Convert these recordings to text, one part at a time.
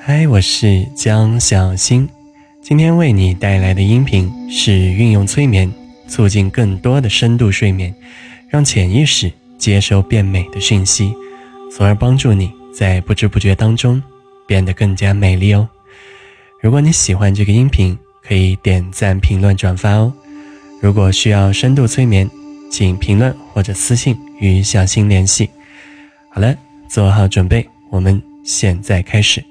嗨，我是江小新，今天为你带来的音频是运用催眠，促进更多的深度睡眠，让潜意识接收变美的讯息，从而帮助你在不知不觉当中变得更加美丽哦。如果你喜欢这个音频，可以点赞、评论、转发哦。如果需要深度催眠，请评论或者私信与小新联系。好了，做好准备，我们现在开始。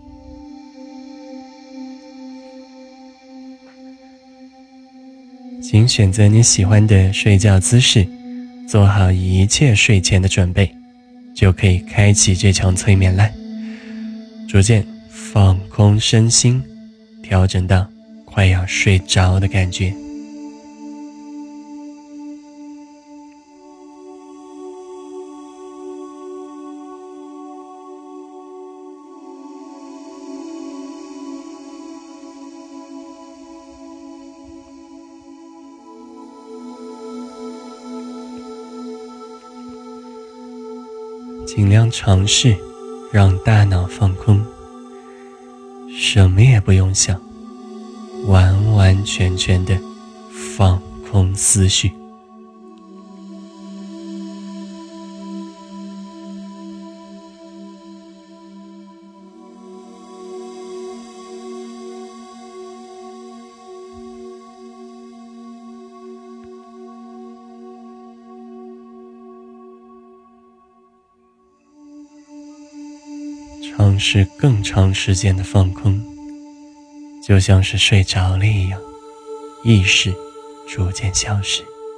请选择你喜欢的睡觉姿势，做好一切睡前的准备，就可以开启这场催眠了。逐渐放空身心，调整到快要睡着的感觉。尽量尝试让大脑放空，什么也不用想，完完全全的放空思绪。尝试更长时间的放空，就像是睡着了一样，意识逐渐消失。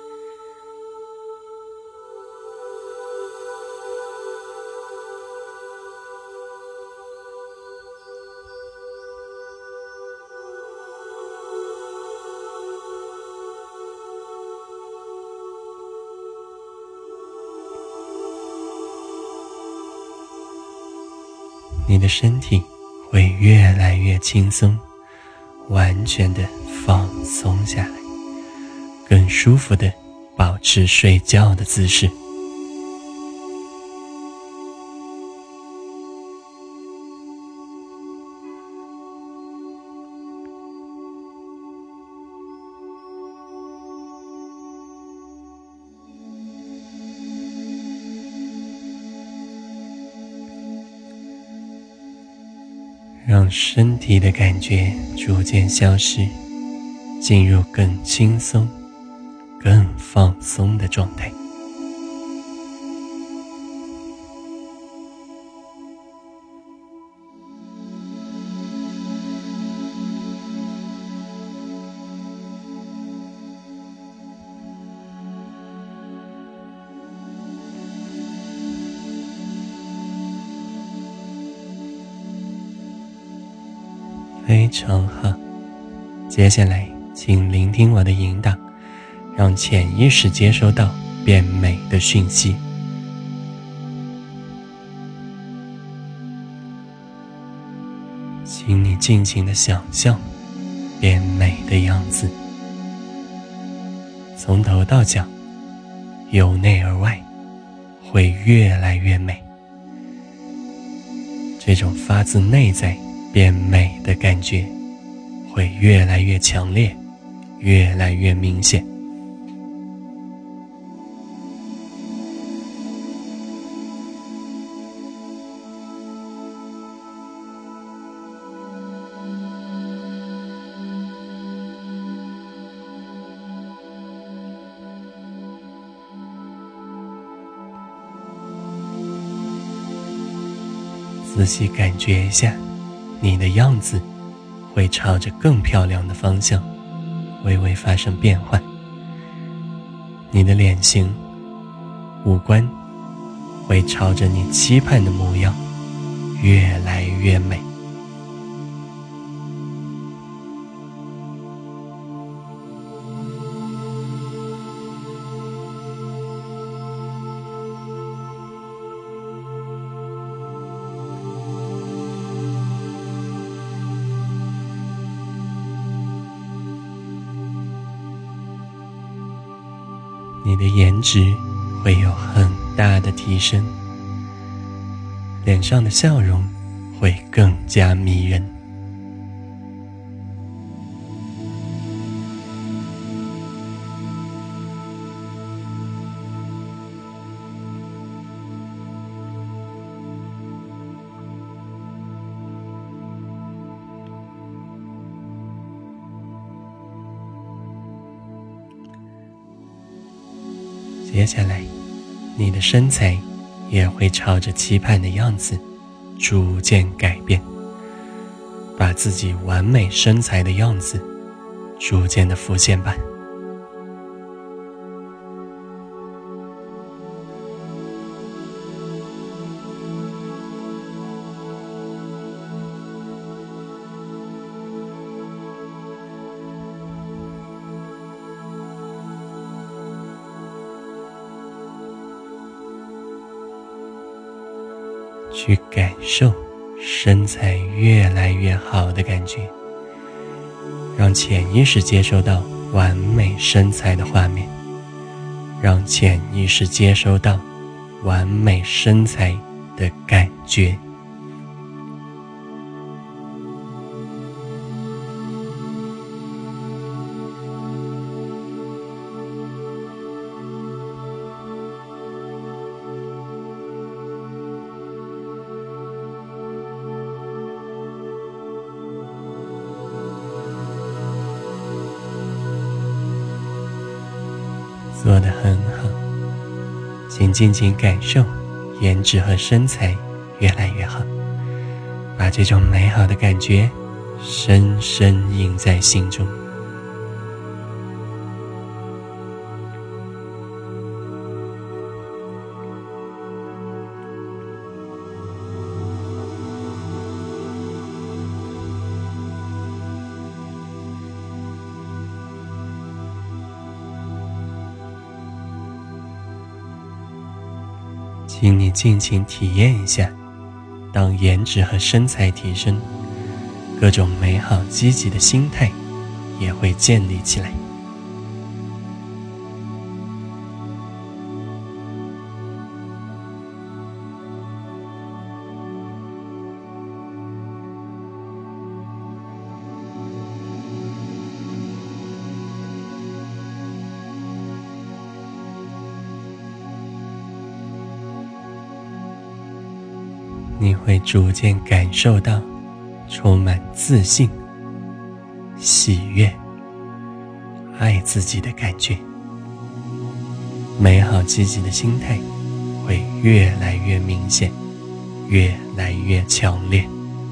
你的身体会越来越轻松，完全的放松下来，更舒服的保持睡觉的姿势。让身体的感觉逐渐消失，进入更轻松、更放松的状态。非常好，接下来请聆听我的引导，让潜意识接收到变美的讯息。请你尽情地想象变美的样子，从头到脚，由内而外，会越来越美。这种发自内在变美的感觉会越来越强烈，越来越明显。仔细感觉一下，你的样子会朝着更漂亮的方向微微发生变化，你的脸型、五官会朝着你期盼的模样越来越美。你的颜值会有很大的提升，脸上的笑容会更加迷人。接下来，你的身材也会朝着期盼的样子逐渐改变，把自己完美身材的样子逐渐的浮现吧。去感受身材越来越好的感觉，让潜意识接收到完美身材的画面，让潜意识接收到完美身材的感觉。做得很好，请尽情感受颜值和身材越来越好，把这种美好的感觉深深印在心中。请你尽情体验一下，当颜值和身材提升，各种美好积极的心态也会建立起来。你会逐渐感受到充满自信、喜悦、爱自己的感觉，美好积极的心态会越来越明显，越来越强烈。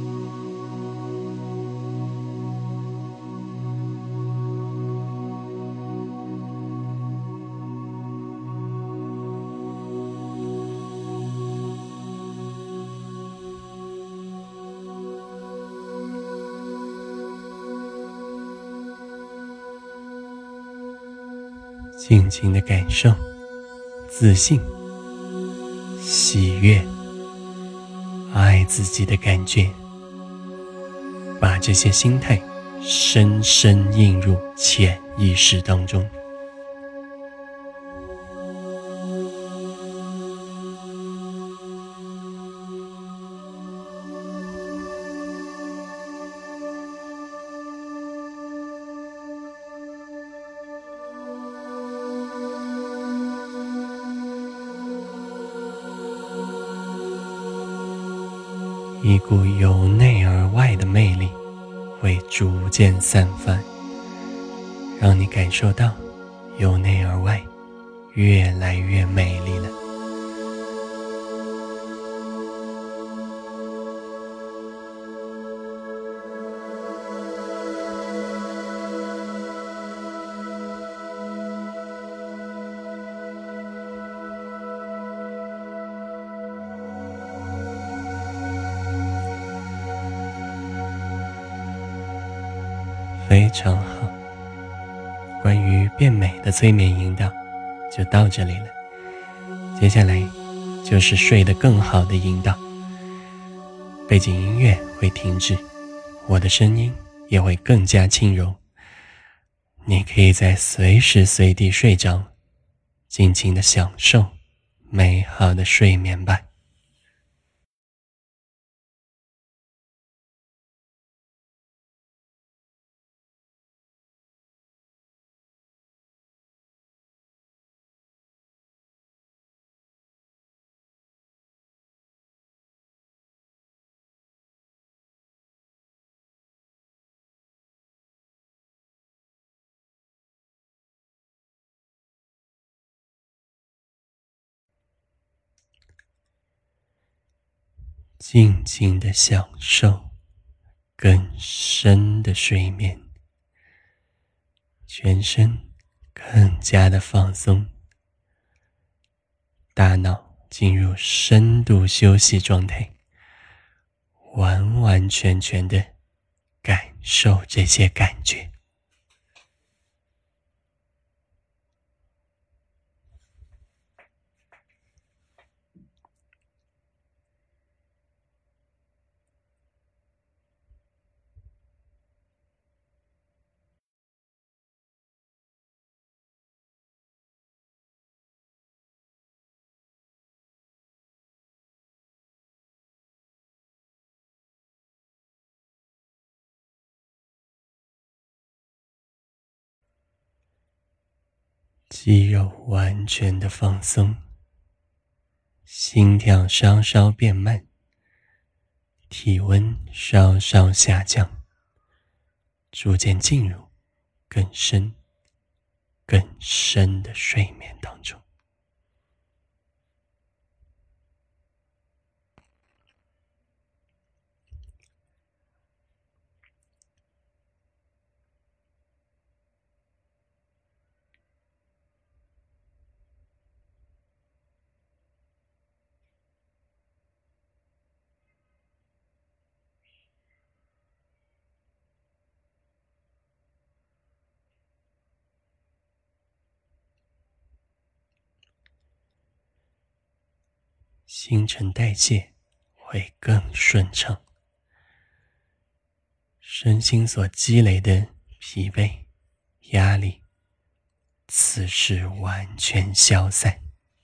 尽情地感受自信、喜悦、爱自己的感觉，把这些心态深深印入潜意识当中。一股由内而外的魅力会逐渐散发，让你感受到由内而外越来越美丽了。非常好，关于变美的催眠引导就到这里了。接下来就是睡得更好的引导。背景音乐会停止，我的声音也会更加轻柔，你可以在随时随地睡着，尽情地享受美好的睡眠吧。 静静地享受更深的睡眠，全身更加的放松，大脑进入深度休息状态，完完全全的感受这些感觉。肌肉完全的放松，心跳稍稍变慢，体温稍稍下降，逐渐进入更深、更深的睡眠当中。新陈代谢会更顺畅，身心所积累的疲惫、压力，此时完全消散。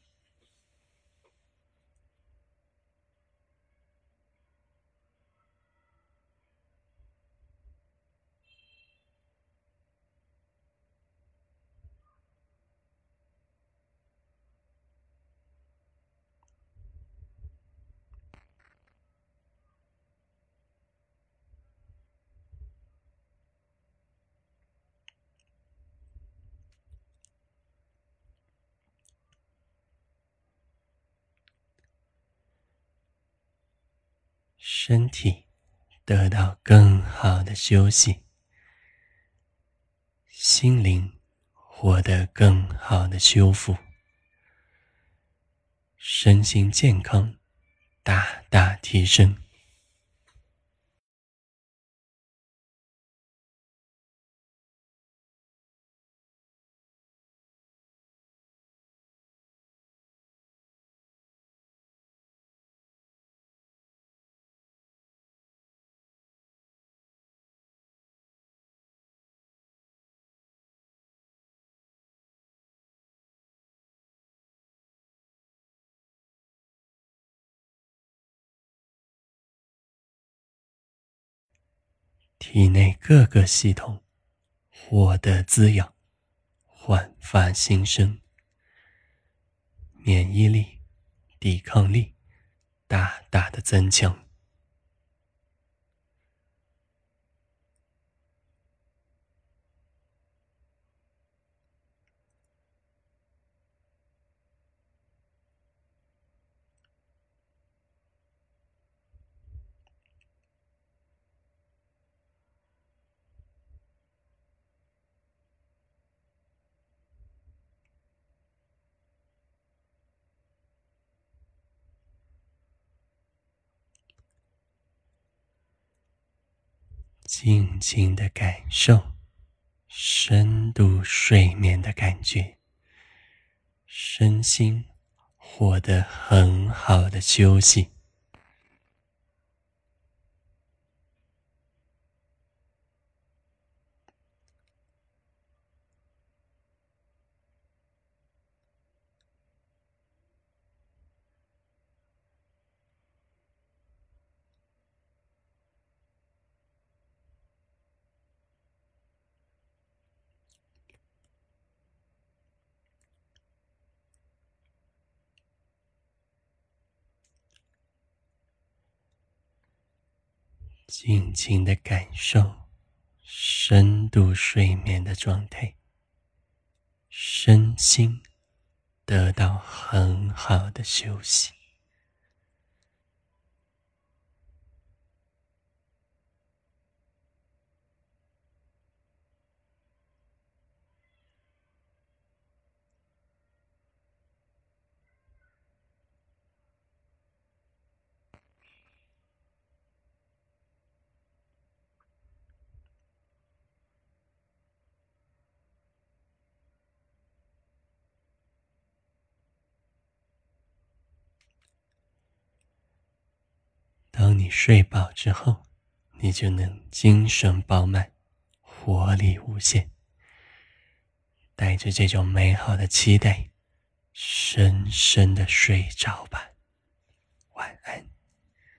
身体得到更好的休息，心灵获得更好的修复，身心健康大大提升。体内各个系统获得滋养，焕发新生，免疫力、抵抗力大大的增强。静静的感受深度睡眠的感觉，身心获得很好的休息。静静的感受深度睡眠的状态，身心得到很好的休息。 当你睡饱之后，你就能精神饱满，活力无限。带着这种美好的期待，深深地睡着吧，晚安。